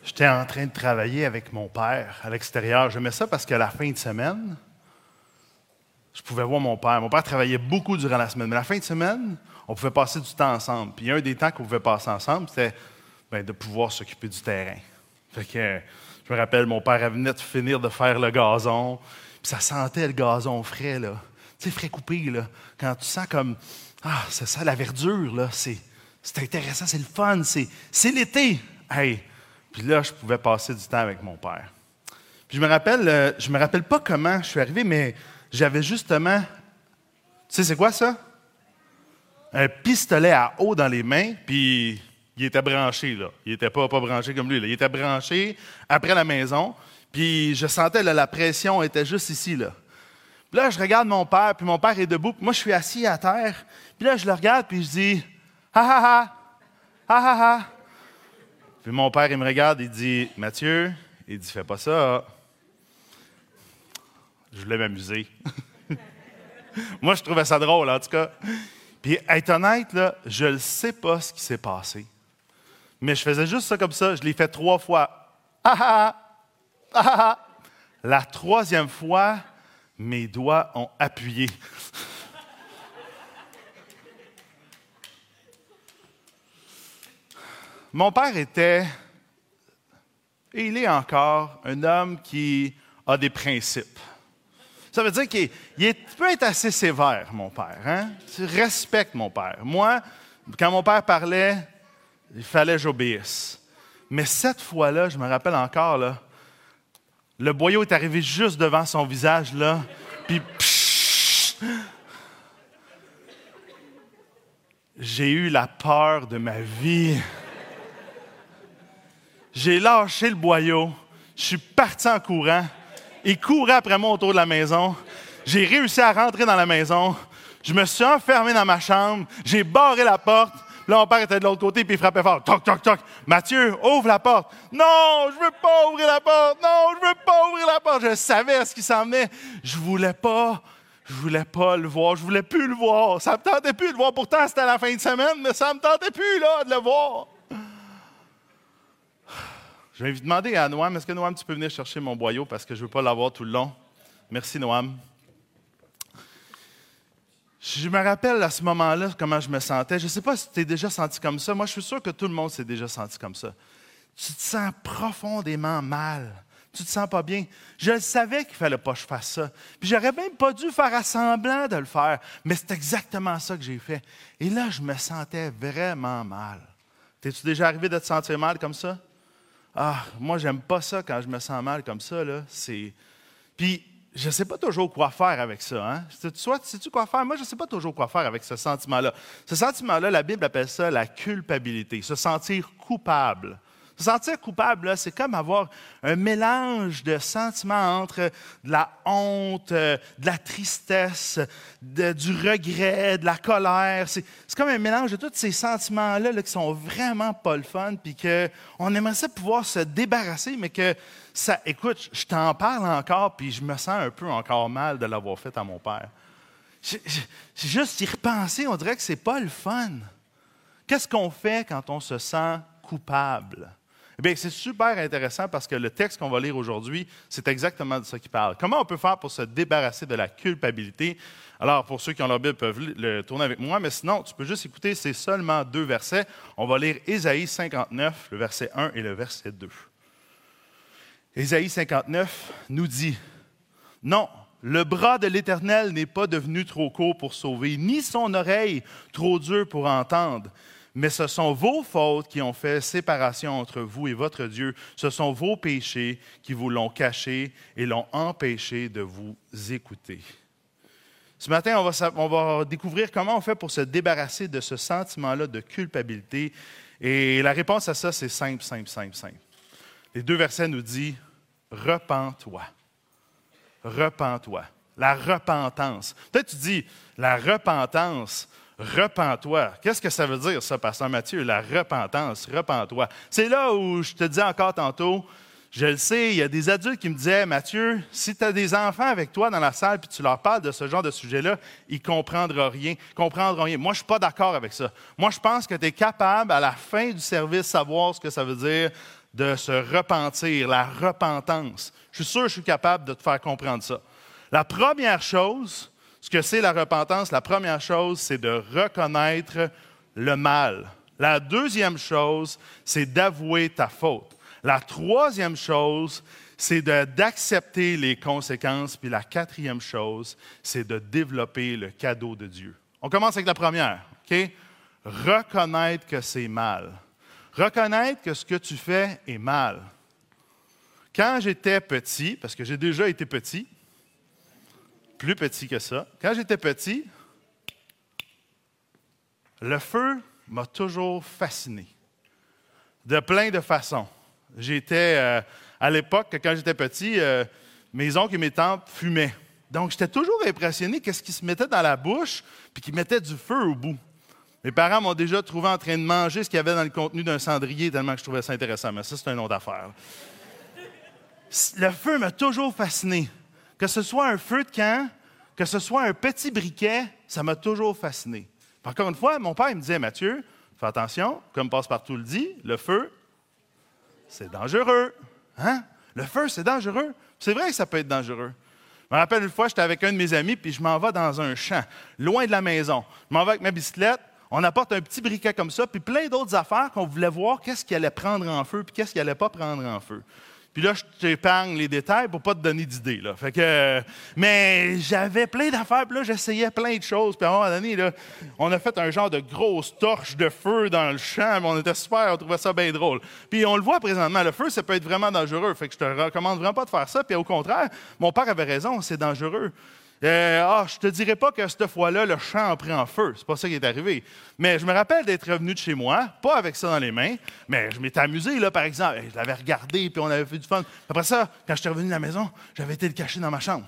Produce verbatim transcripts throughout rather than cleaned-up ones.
J'étais en train de travailler avec mon père à l'extérieur. J'aimais ça parce qu'à la fin de semaine, je pouvais voir mon père. Mon père travaillait beaucoup durant la semaine, mais la fin de semaine, on pouvait passer du temps ensemble. Puis un des temps qu'on pouvait passer ensemble, c'était ben, de pouvoir s'occuper du terrain. Fait que, je me rappelle, mon père venait de finir de faire le gazon, puis ça sentait le gazon frais, là. Tu sais, frais coupé, là. Quand tu sens comme, ah, c'est ça, la verdure, là, c'est, c'est intéressant, c'est le fun, c'est, c'est l'été. Hey! Puis là, je pouvais passer du temps avec mon père. Puis je me rappelle, euh, je me rappelle pas comment je suis arrivé, mais j'avais justement, tu sais, c'est quoi ça? Un pistolet à eau dans les mains, puis il était branché, là. Il était pas, pas branché comme lui, là. Il était branché après la maison, puis je sentais, là, la pression était juste ici, là. Puis là, je regarde mon père, puis mon père est debout, puis moi, je suis assis à terre. Puis là, je le regarde, puis je dis « Ha, ha, ha! Ha, ha, ha! » Puis mon père, il me regarde, il dit « Mathieu, il dit, fais pas ça. » Je voulais m'amuser. Moi, je trouvais ça drôle, en tout cas. Puis, être honnête, là, je ne sais pas ce qui s'est passé. Mais je faisais juste ça comme ça. Je l'ai fait trois fois. Ah ah ah! Ah ah! La troisième fois, mes doigts ont appuyé. Mon père était, et il est encore, un homme qui a des principes. Ça veut dire qu'il il est, peut être assez sévère, mon père. Hein? Tu respectes mon père. Moi, quand mon père parlait, il fallait que j'obéisse. Mais cette fois-là, je me rappelle encore, là, le boyau est arrivé juste devant son visage, là, puis pshhh, j'ai eu la peur de ma vie. J'ai lâché le boyau, je suis parti en courant. Il courait après moi autour de la maison. J'ai réussi à rentrer dans la maison. Je me suis enfermé dans ma chambre. J'ai barré la porte. Là, mon père était de l'autre côté, puis il frappait fort. Toc, toc, toc. Mathieu, ouvre la porte. Non, je veux pas ouvrir la porte. Non, je veux pas ouvrir la porte. Je savais ce qui s'en venait. Je voulais pas. Je voulais pas le voir. Je voulais plus le voir. Ça me tentait plus de le voir. Pourtant, c'était la fin de semaine, mais ça me tentait plus, là, de le voir. Je vais demander à Noam, est-ce que Noam, tu peux venir chercher mon boyau parce que je ne veux pas l'avoir tout le long? Merci, Noam. Je me rappelle à ce moment-là comment je me sentais. Je ne sais pas si tu t'es déjà senti comme ça. Moi, je suis sûr que tout le monde s'est déjà senti comme ça. Tu te sens profondément mal. Tu ne te sens pas bien. Je le savais qu'il ne fallait pas que je fasse ça. Puis j'aurais même pas dû faire à semblant de le faire. Mais c'est exactement ça que j'ai fait. Et là, je me sentais vraiment mal. T'es-tu déjà arrivé de te sentir mal comme ça? Ah, moi, j'aime pas ça quand je me sens mal comme ça, là. C'est... Puis, je ne sais pas toujours quoi faire avec ça. Hein? Soit, sais-tu quoi faire? Moi, je ne sais pas toujours quoi faire avec ce sentiment-là. Ce sentiment-là, la Bible appelle ça la culpabilité, se sentir coupable. Se sentir coupable, là, c'est comme avoir un mélange de sentiments entre de la honte, de la tristesse, de, du regret, de la colère. C'est, c'est comme un mélange de tous ces sentiments-là là, qui sont vraiment pas le fun, puis qu'on aimerait ça pouvoir se débarrasser, mais que ça, écoute, je t'en parle encore, puis je me sens un peu encore mal de l'avoir fait à mon père. J'ai juste y repenser, on dirait que c'est pas le fun. Qu'est-ce qu'on fait quand on se sent coupable? Eh bien, c'est super intéressant parce que le texte qu'on va lire aujourd'hui, c'est exactement de ça qu'il parle. Comment on peut faire pour se débarrasser de la culpabilité? Alors, pour ceux qui ont leur Bible, peuvent le tourner avec moi, mais sinon, tu peux juste écouter, c'est seulement deux versets. On va lire Ésaïe cinquante-neuf, le verset un et le verset deux. Ésaïe cinquante-neuf nous dit « Non, le bras de l'Éternel n'est pas devenu trop court pour sauver, ni son oreille trop dure pour entendre. » Mais ce sont vos fautes qui ont fait séparation entre vous et votre Dieu. Ce sont vos péchés qui vous l'ont caché et l'ont empêché de vous écouter. Ce matin, on va, on va découvrir comment on fait pour se débarrasser de ce sentiment-là de culpabilité. Et la réponse à ça, c'est simple, simple, simple, simple. Les deux versets nous disent « Repens-toi ». Repens-toi. La repentance. Peut-être tu dis « La repentance ». Repens-toi. Qu'est-ce que ça veut dire, ça, pasteur Mathieu? La repentance, repens-toi. C'est là où je te dis encore tantôt, je le sais, il y a des adultes qui me disaient, Mathieu, si tu as des enfants avec toi dans la salle puis tu leur parles de ce genre de sujet-là, ils ne comprendront rien, comprendront rien. Moi, je ne suis pas d'accord avec ça. Moi, je pense que tu es capable, à la fin du service, savoir ce que ça veut dire de se repentir, la repentance. Je suis sûr que je suis capable de te faire comprendre ça. La première chose, ce que c'est la repentance, la première chose, c'est de reconnaître le mal. La deuxième chose, c'est d'avouer ta faute. La troisième chose, c'est de, d'accepter les conséquences. Puis la quatrième chose, c'est de développer le cadeau de Dieu. On commence avec la première, OK? Reconnaître que c'est mal. Reconnaître que ce que tu fais est mal. Quand j'étais petit, parce que j'ai déjà été petit, plus petit que ça, quand j'étais petit, le feu m'a toujours fasciné, de plein de façons. J'étais, euh, à l'époque, quand j'étais petit, euh, mes oncles et mes tantes fumaient. Donc, j'étais toujours impressionné qu'est-ce qu'ils se mettaient dans la bouche puis qu'ils mettaient du feu au bout. Mes parents m'ont déjà trouvé en train de manger ce qu'il y avait dans le contenu d'un cendrier tellement que je trouvais ça intéressant. Mais ça, c'est une autre affaire. Le feu m'a toujours fasciné. Que ce soit un feu de camp, que ce soit un petit briquet, ça m'a toujours fasciné. Encore une fois, mon père il me disait, Mathieu, fais attention, comme Passe-Partout le dit, le feu, c'est dangereux. Hein? Le feu, c'est dangereux. C'est vrai que ça peut être dangereux. Je me rappelle une fois, j'étais avec un de mes amis, puis je m'en vais dans un champ, loin de la maison. Je m'en vais avec ma bicyclette, on apporte un petit briquet comme ça, puis plein d'autres affaires qu'on voulait voir qu'est-ce qui allait prendre en feu, puis qu'est-ce qui n'allait pas prendre en feu. Puis là, je t'épargne les détails pour ne pas te donner d'idées. Là. Fait que, euh, mais j'avais plein d'affaires, puis là, j'essayais plein de choses. Puis à un moment donné, là, on a fait un genre de grosse torche de feu dans le champ. On était super, on trouvait ça bien drôle. Puis on le voit présentement, le feu, ça peut être vraiment dangereux. Fait que je te recommande vraiment pas de faire ça. Puis au contraire, mon père avait raison, c'est dangereux. Euh, ah, je te dirais pas que cette fois-là, le champ a pris en feu. C'est pas ça qui est arrivé. Mais je me rappelle d'être revenu de chez moi, pas avec ça dans les mains, mais je m'étais amusé, là, par exemple. Je l'avais regardé, puis on avait fait du fun. Après ça, quand j'étais revenu de la maison, j'avais été le cacher dans ma chambre.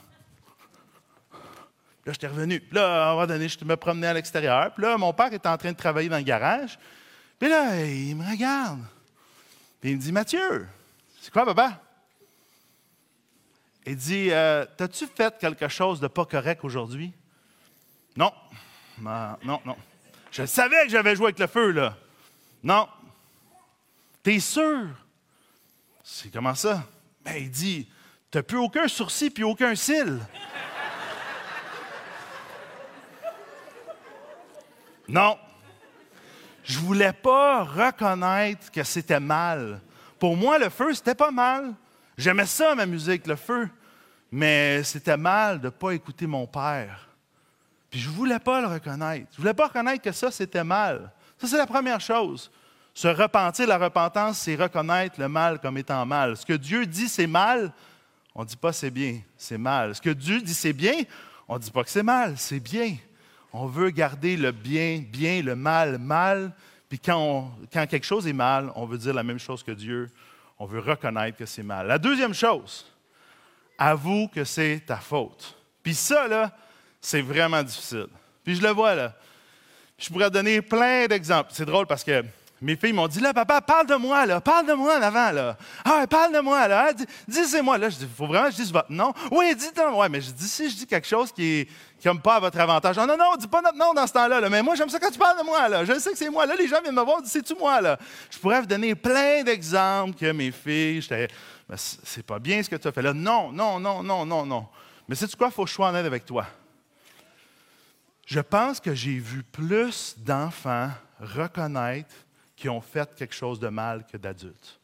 Là, j'étais revenu. Puis là, à un moment donné, je me promenais à l'extérieur. Puis là, mon père était en train de travailler dans le garage. Puis là, il me regarde. Puis il me dit, Mathieu, c'est quoi, papa? Il dit, euh, t'as-tu fait quelque chose de pas correct aujourd'hui? Non. Non, non, non. Je savais que j'avais joué avec le feu, là. Non. T'es sûr? C'est comment ça? Ben, il dit, t'as plus aucun sourcil puis aucun cil. Non. Je voulais pas reconnaître que c'était mal. Pour moi, le feu, c'était pas mal. J'aimais ça, m'amuser avec le feu, mais c'était mal de ne pas écouter mon père. Puis je ne voulais pas le reconnaître. Je ne voulais pas reconnaître que ça, c'était mal. Ça, c'est la première chose. Se repentir, la repentance, c'est reconnaître le mal comme étant mal. Ce que Dieu dit, c'est mal, on ne dit pas c'est bien, c'est mal. Ce que Dieu dit, c'est bien, on ne dit pas que c'est mal, c'est bien. On veut garder le bien, bien, le mal, mal. Puis quand, on, quand quelque chose est mal, on veut dire la même chose que Dieu. On veut reconnaître que c'est mal. La deuxième chose, avoue que c'est ta faute. Puis ça, là, c'est vraiment difficile. Puis je le vois, là. Je pourrais donner plein d'exemples. C'est drôle parce que mes filles m'ont dit, là, papa, parle de moi, là. Parle de moi en avant, là. Ah, parle de moi, là. Dis, dis c'est moi. Là, je dis, il faut vraiment que je dise votre nom. Oui, dis-le. Oui, mais je dis, si je dis quelque chose qui est comme pas à votre avantage. Non, non, non, dis pas notre nom dans ce temps-là, là. Mais moi, j'aime ça quand tu parles de moi, là. Je sais que c'est moi. Là, les gens viennent me voir, disent, c'est-tu moi, là? Je pourrais vous donner plein d'exemples que mes filles, j'étais, mais c'est pas bien ce que tu as fait là. Non, non, non, non, non, non. Mais sais-tu quoi? Il faut que je sois honnête avec toi. Je pense que j'ai vu plus d'enfants reconnaître qui ont fait quelque chose de mal que d'adultes.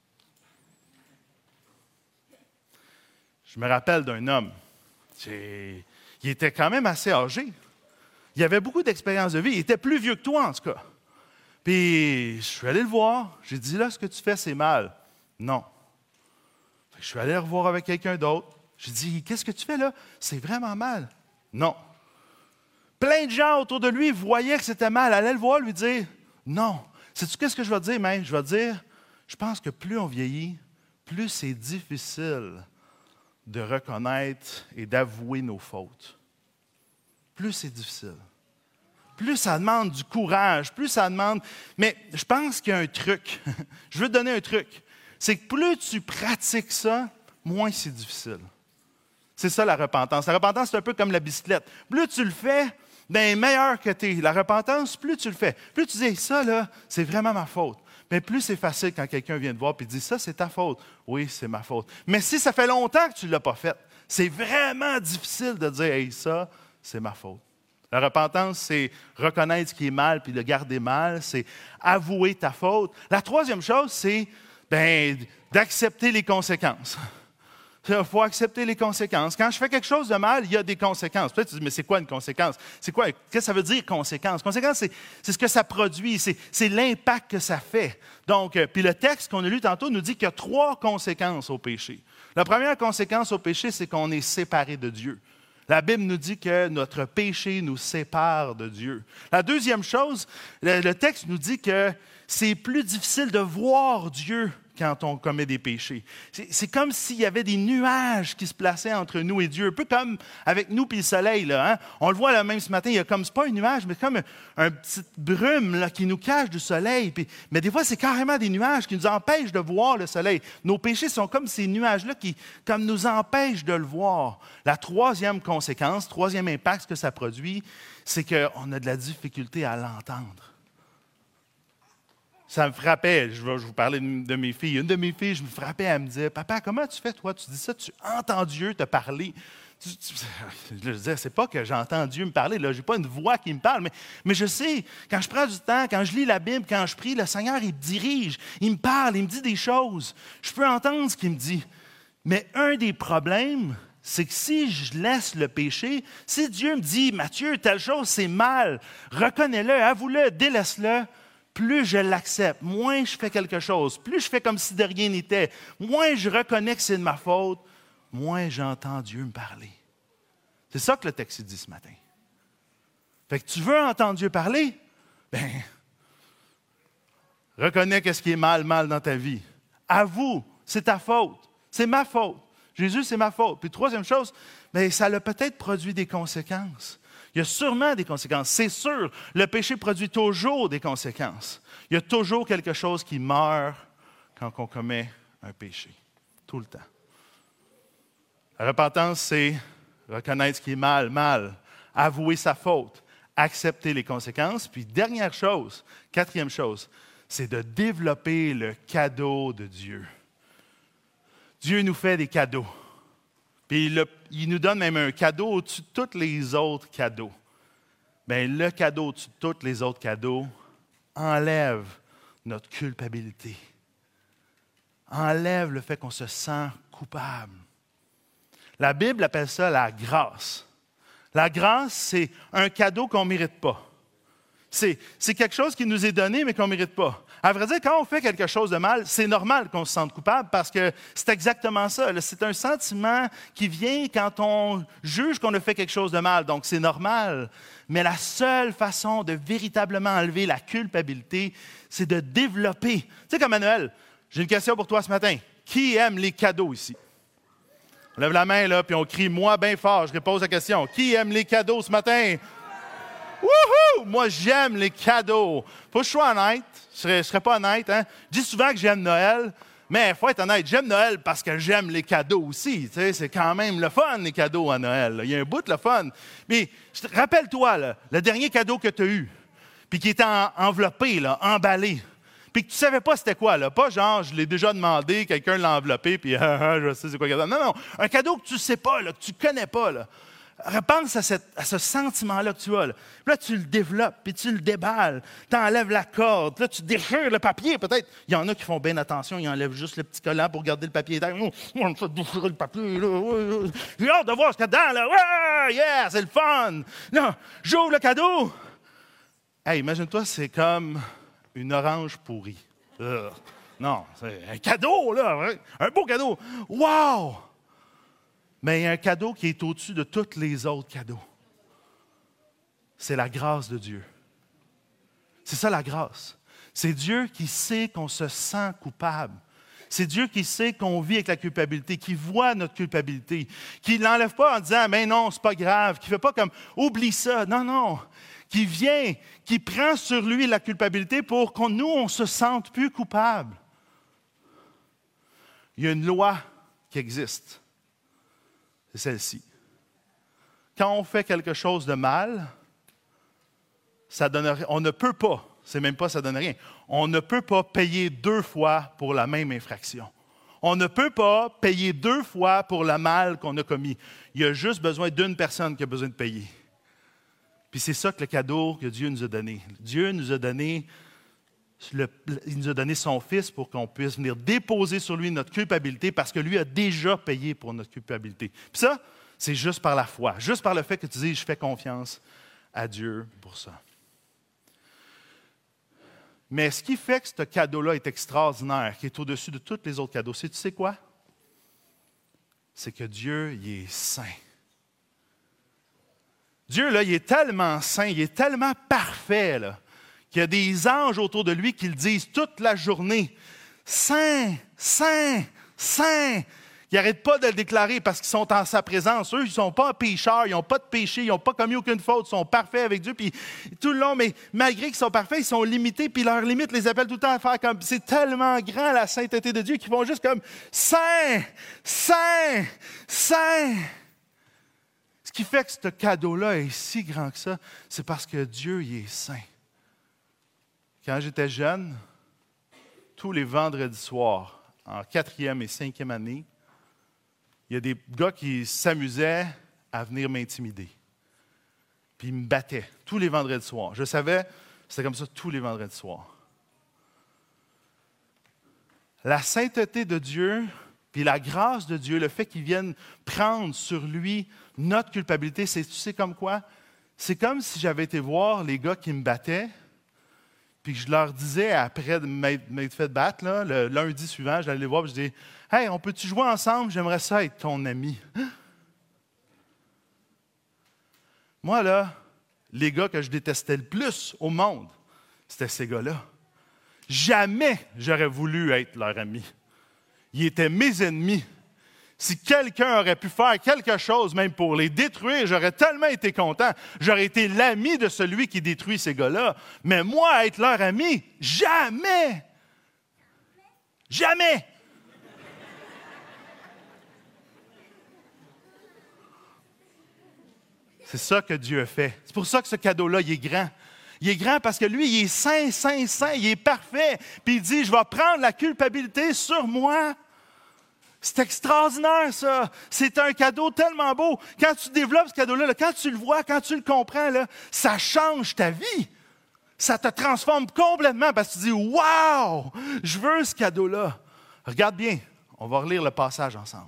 Je me rappelle d'un homme. C'est... Il était quand même assez âgé. Il avait beaucoup d'expérience de vie. Il était plus vieux que toi, en tout cas. Puis, je suis allé le voir. J'ai dit, là, ce que tu fais, c'est mal. Non. Je suis allé le revoir avec quelqu'un d'autre. J'ai dit, qu'est-ce que tu fais là? C'est vraiment mal. Non. Plein de gens autour de lui voyaient que c'était mal. Allaient le voir, lui dire, non. Sais-tu qu'est-ce que je vais dire, même? Je vais dire, je pense que plus on vieillit, plus c'est difficile de reconnaître et d'avouer nos fautes. Plus c'est difficile. Plus ça demande du courage, plus ça demande... Mais je pense qu'il y a un truc. Je veux te donner un truc. C'est que plus tu pratiques ça, moins c'est difficile. C'est ça la repentance. La repentance, c'est un peu comme la bicyclette. Plus tu le fais, bien meilleur que tu es. La repentance, plus tu le fais, plus tu dis, ça, là, c'est vraiment ma faute. Mais plus c'est facile quand quelqu'un vient te voir et dit, ça, c'est ta faute. Oui, c'est ma faute. Mais si ça fait longtemps que tu ne l'as pas fait, c'est vraiment difficile de dire, hey, ça, c'est ma faute. La repentance, c'est reconnaître ce qui est mal puis le garder mal, c'est avouer ta faute. La troisième chose, c'est ben, d'accepter les conséquences. Il faut accepter les conséquences. Quand je fais quelque chose de mal, il y a des conséquences. Peut-être tu dis, mais c'est quoi une conséquence? C'est quoi? Qu'est-ce que ça veut dire, conséquence? Conséquence, c'est, c'est ce que ça produit, c'est, c'est l'impact que ça fait. Donc, euh, puis le texte qu'on a lu tantôt nous dit qu'il y a trois conséquences au péché. La première conséquence au péché, c'est qu'on est séparé de Dieu. La Bible nous dit que notre péché nous sépare de Dieu. La deuxième chose, le, le texte nous dit que c'est plus difficile de voir Dieu quand on commet des péchés. C'est, c'est comme s'il y avait des nuages qui se plaçaient entre nous et Dieu, un peu comme avec nous et le soleil. Là, hein? On le voit là, même ce matin, il y a comme, c'est pas un nuage, mais comme un, un petite brume là, qui nous cache du soleil. Puis, mais des fois, c'est carrément des nuages qui nous empêchent de voir le soleil. Nos péchés sont comme ces nuages-là qui comme nous empêchent de le voir. La troisième conséquence, troisième impact que ça produit, c'est qu'on a de la difficulté à l'entendre. Ça me frappait, je vais vous parler de mes filles. Une de mes filles, je me frappais, elle me disait, « Papa, comment tu fais, toi? Tu dis ça, tu entends Dieu te parler. » Je disais, c'est pas que j'entends Dieu me parler, là, je n'ai pas une voix qui me parle, mais, mais je sais, quand je prends du temps, quand je lis la Bible, quand je prie, le Seigneur, il me dirige, il me parle, il me dit des choses. Je peux entendre ce qu'il me dit. Mais un des problèmes, c'est que si je laisse le péché, si Dieu me dit, « Matthieu, telle chose, c'est mal, reconnais-le, avoue-le, délaisse-le », plus je l'accepte, moins je fais quelque chose, plus je fais comme si de rien n'était, moins je reconnais que c'est de ma faute, moins j'entends Dieu me parler. C'est ça que le texte dit ce matin. Fait que tu veux entendre Dieu parler? Bien, reconnais qu'est-ce qui est mal, mal dans ta vie. Avoue, c'est ta faute, c'est ma faute. Jésus, c'est ma faute. Puis troisième chose, bien, ça a peut-être produit des conséquences. Il y a sûrement des conséquences. C'est sûr, le péché produit toujours des conséquences. Il y a toujours quelque chose qui meurt quand on commet un péché. Tout le temps. La repentance, c'est reconnaître ce qui est mal, mal. Avouer sa faute. Accepter les conséquences. Puis dernière chose, quatrième chose, c'est de développer le cadeau de Dieu. Dieu nous fait des cadeaux. Puis il, il nous donne même un cadeau au-dessus de tous les autres cadeaux. Bien, le cadeau au-dessus de tous les autres cadeaux enlève notre culpabilité. Enlève le fait qu'on se sent coupable. La Bible appelle ça la grâce. La grâce, c'est un cadeau qu'on ne mérite pas. C'est, c'est quelque chose qui nous est donné, mais qu'on ne mérite pas. À vrai dire, quand on fait quelque chose de mal, c'est normal qu'on se sente coupable parce que c'est exactement ça. C'est un sentiment qui vient quand on juge qu'on a fait quelque chose de mal. Donc, c'est normal. Mais la seule façon de véritablement enlever la culpabilité, c'est de développer. Tu sais, comme Manuel, j'ai une question pour toi ce matin. Qui aime les cadeaux ici? On lève la main, là, puis on crie « Moi, bien fort ». Je repose la question. Qui aime les cadeaux ce matin? Wouhou! Moi, j'aime les cadeaux. Faut que je sois honnête. Je ne serais, serais pas honnête. Hein? Je dis souvent que j'aime Noël, mais il faut être honnête. J'aime Noël parce que j'aime les cadeaux aussi. Tu sais, c'est quand même le fun, les cadeaux à Noël. Il y a un bout de le fun. Mais rappelle-toi, là, le dernier cadeau que tu as eu, puis qui était en, enveloppé, là, emballé, puis que tu ne savais pas c'était quoi. Là. Pas genre, je l'ai déjà demandé, quelqu'un l'a enveloppé, puis ah, je sais c'est quoi. Non, non, un cadeau que tu ne sais pas, là, que tu ne connais pas. Là. Repense à, cette, à ce sentiment-là que tu as. Là. Puis là, tu le développes, puis tu le déballes. Tu enlèves la corde, puis là, tu déchires le papier. Peut-être, il y en a qui font bien attention, ils enlèvent juste le petit collant pour garder le papier. Oh, on me fait déchirer le papier. Là. J'ai hâte de voir ce qu'il y a dedans. Là. Ouais, yeah, c'est le fun. Là, j'ouvre le cadeau. Hey, imagine-toi, c'est comme une orange pourrie. Euh, non, c'est un cadeau, là. Un beau cadeau. Wow! Mais il y a un cadeau qui est au-dessus de tous les autres cadeaux. C'est la grâce de Dieu. C'est ça la grâce. C'est Dieu qui sait qu'on se sent coupable. C'est Dieu qui sait qu'on vit avec la culpabilité, qui voit notre culpabilité, qui ne l'enlève pas en disant « mais non, c'est pas grave », qui ne fait pas comme « oublie ça ». Non, non. Qui vient, qui prend sur lui la culpabilité pour que nous, on ne se sente plus coupable. Il y a une loi qui existe. C'est celle-ci. Quand on fait quelque chose de mal, ça donne, on ne peut pas, c'est même pas ça donne rien, on ne peut pas payer deux fois pour la même infraction. On ne peut pas payer deux fois pour le mal qu'on a commis. Il y a juste besoin d'une personne qui a besoin de payer. Puis c'est ça que le cadeau que Dieu nous a donné. Dieu nous a donné, le, il nous a donné son Fils pour qu'on puisse venir déposer sur lui notre culpabilité parce que lui a déjà payé pour notre culpabilité. Puis ça, c'est juste par la foi, juste par le fait que tu dis « je fais confiance à Dieu pour ça ». Mais ce qui fait que ce cadeau-là est extraordinaire, qui est au-dessus de tous les autres cadeaux, c'est tu sais quoi? C'est que Dieu, il est saint. Dieu, là, il est tellement saint, il est tellement parfait, là, qu'il y a des anges autour de lui qui le disent toute la journée. Saint, saint, saint. Ils n'arrêtent pas de le déclarer parce qu'ils sont en sa présence. Eux, ils ne sont pas pécheurs, ils n'ont pas de péché, ils n'ont pas commis aucune faute, ils sont parfaits avec Dieu. Puis tout le long, mais malgré qu'ils sont parfaits, ils sont limités, puis leurs limites les appellent tout le temps à faire comme... C'est tellement grand, la sainteté de Dieu, qu'ils vont juste comme « Saint, saint, saint ». Ce qui fait que ce cadeau-là est si grand que ça, c'est parce que Dieu, il est saint. Quand j'étais jeune, tous les vendredis soirs, en quatrième et cinquième année, il y a des gars qui s'amusaient à venir m'intimider. Puis ils me battaient tous les vendredis soirs. Je savais, c'était comme ça tous les vendredis soirs. La sainteté de Dieu, puis la grâce de Dieu, le fait qu'il vienne prendre sur lui notre culpabilité, c'est, tu sais comme quoi? C'est comme si j'avais été voir les gars qui me battaient, puis je leur disais, après de m'être, m'être fait battre, là, le lundi suivant, j'allais les voir et je disais « Hey, on peut-tu jouer ensemble? J'aimerais ça être ton ami. » Moi, là, les gars que je détestais le plus au monde, c'était ces gars-là. Jamais j'aurais voulu être leur ami. Ils étaient mes ennemis. Si quelqu'un aurait pu faire quelque chose, même pour les détruire, j'aurais tellement été content. J'aurais été l'ami de celui qui détruit ces gars-là. Mais moi, être leur ami, jamais! Jamais! C'est ça que Dieu a fait. C'est pour ça que ce cadeau-là, il est grand. Il est grand parce que lui, il est saint, saint, saint, il est parfait. Puis il dit, je vais prendre la culpabilité sur moi. C'est extraordinaire, ça. C'est un cadeau tellement beau. Quand tu développes ce cadeau-là, là, quand tu le vois, quand tu le comprends, là, ça change ta vie. Ça te transforme complètement parce que tu dis, wow, je veux ce cadeau-là. Regarde bien, on va relire le passage ensemble.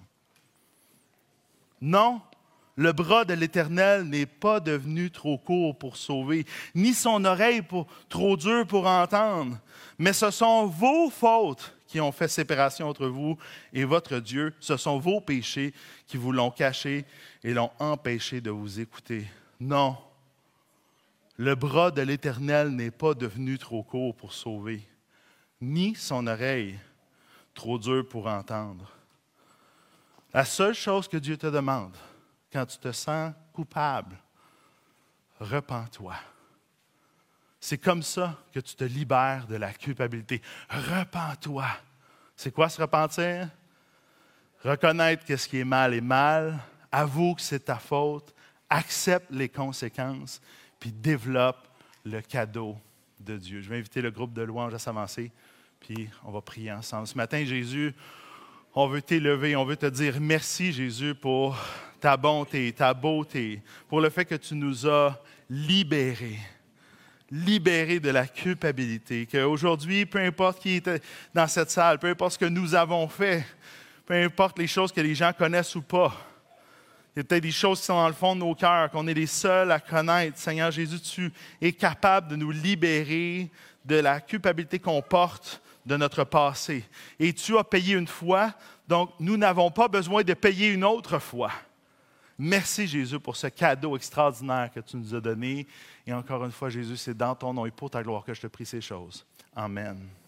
Non, le bras de l'Éternel n'est pas devenu trop court pour sauver, ni son oreille pour, trop dure pour entendre, mais ce sont vos fautes qui ont fait séparation entre vous et votre Dieu. Ce sont vos péchés qui vous l'ont caché et l'ont empêché de vous écouter. Non, le bras de l'Éternel n'est pas devenu trop court pour sauver, ni son oreille trop dure pour entendre. La seule chose que Dieu te demande, quand tu te sens coupable, repens-toi. C'est comme ça que tu te libères de la culpabilité. Repens-toi. C'est quoi se repentir? Reconnaître que ce qui est mal est mal, avoue que c'est ta faute, accepte les conséquences, puis développe le cadeau de Dieu. Je vais inviter le groupe de louanges à s'avancer, puis on va prier ensemble. Ce matin, Jésus, on veut t'élever, on veut te dire merci, Jésus, pour ta bonté, ta beauté, pour le fait que tu nous as libérés. Libérés de la culpabilité, qu'aujourd'hui, peu importe qui est dans cette salle, peu importe ce que nous avons fait, peu importe les choses que les gens connaissent ou pas, il y a peut-être des choses qui sont dans le fond de nos cœurs, qu'on est les seuls à connaître. Seigneur Jésus, tu es capable de nous libérer de la culpabilité qu'on porte de notre passé. Et tu as payé une fois, donc nous n'avons pas besoin de payer une autre fois. Merci, Jésus, pour ce cadeau extraordinaire que tu nous as donné. Et encore une fois, Jésus, c'est dans ton nom et pour ta gloire que je te prie ces choses. Amen.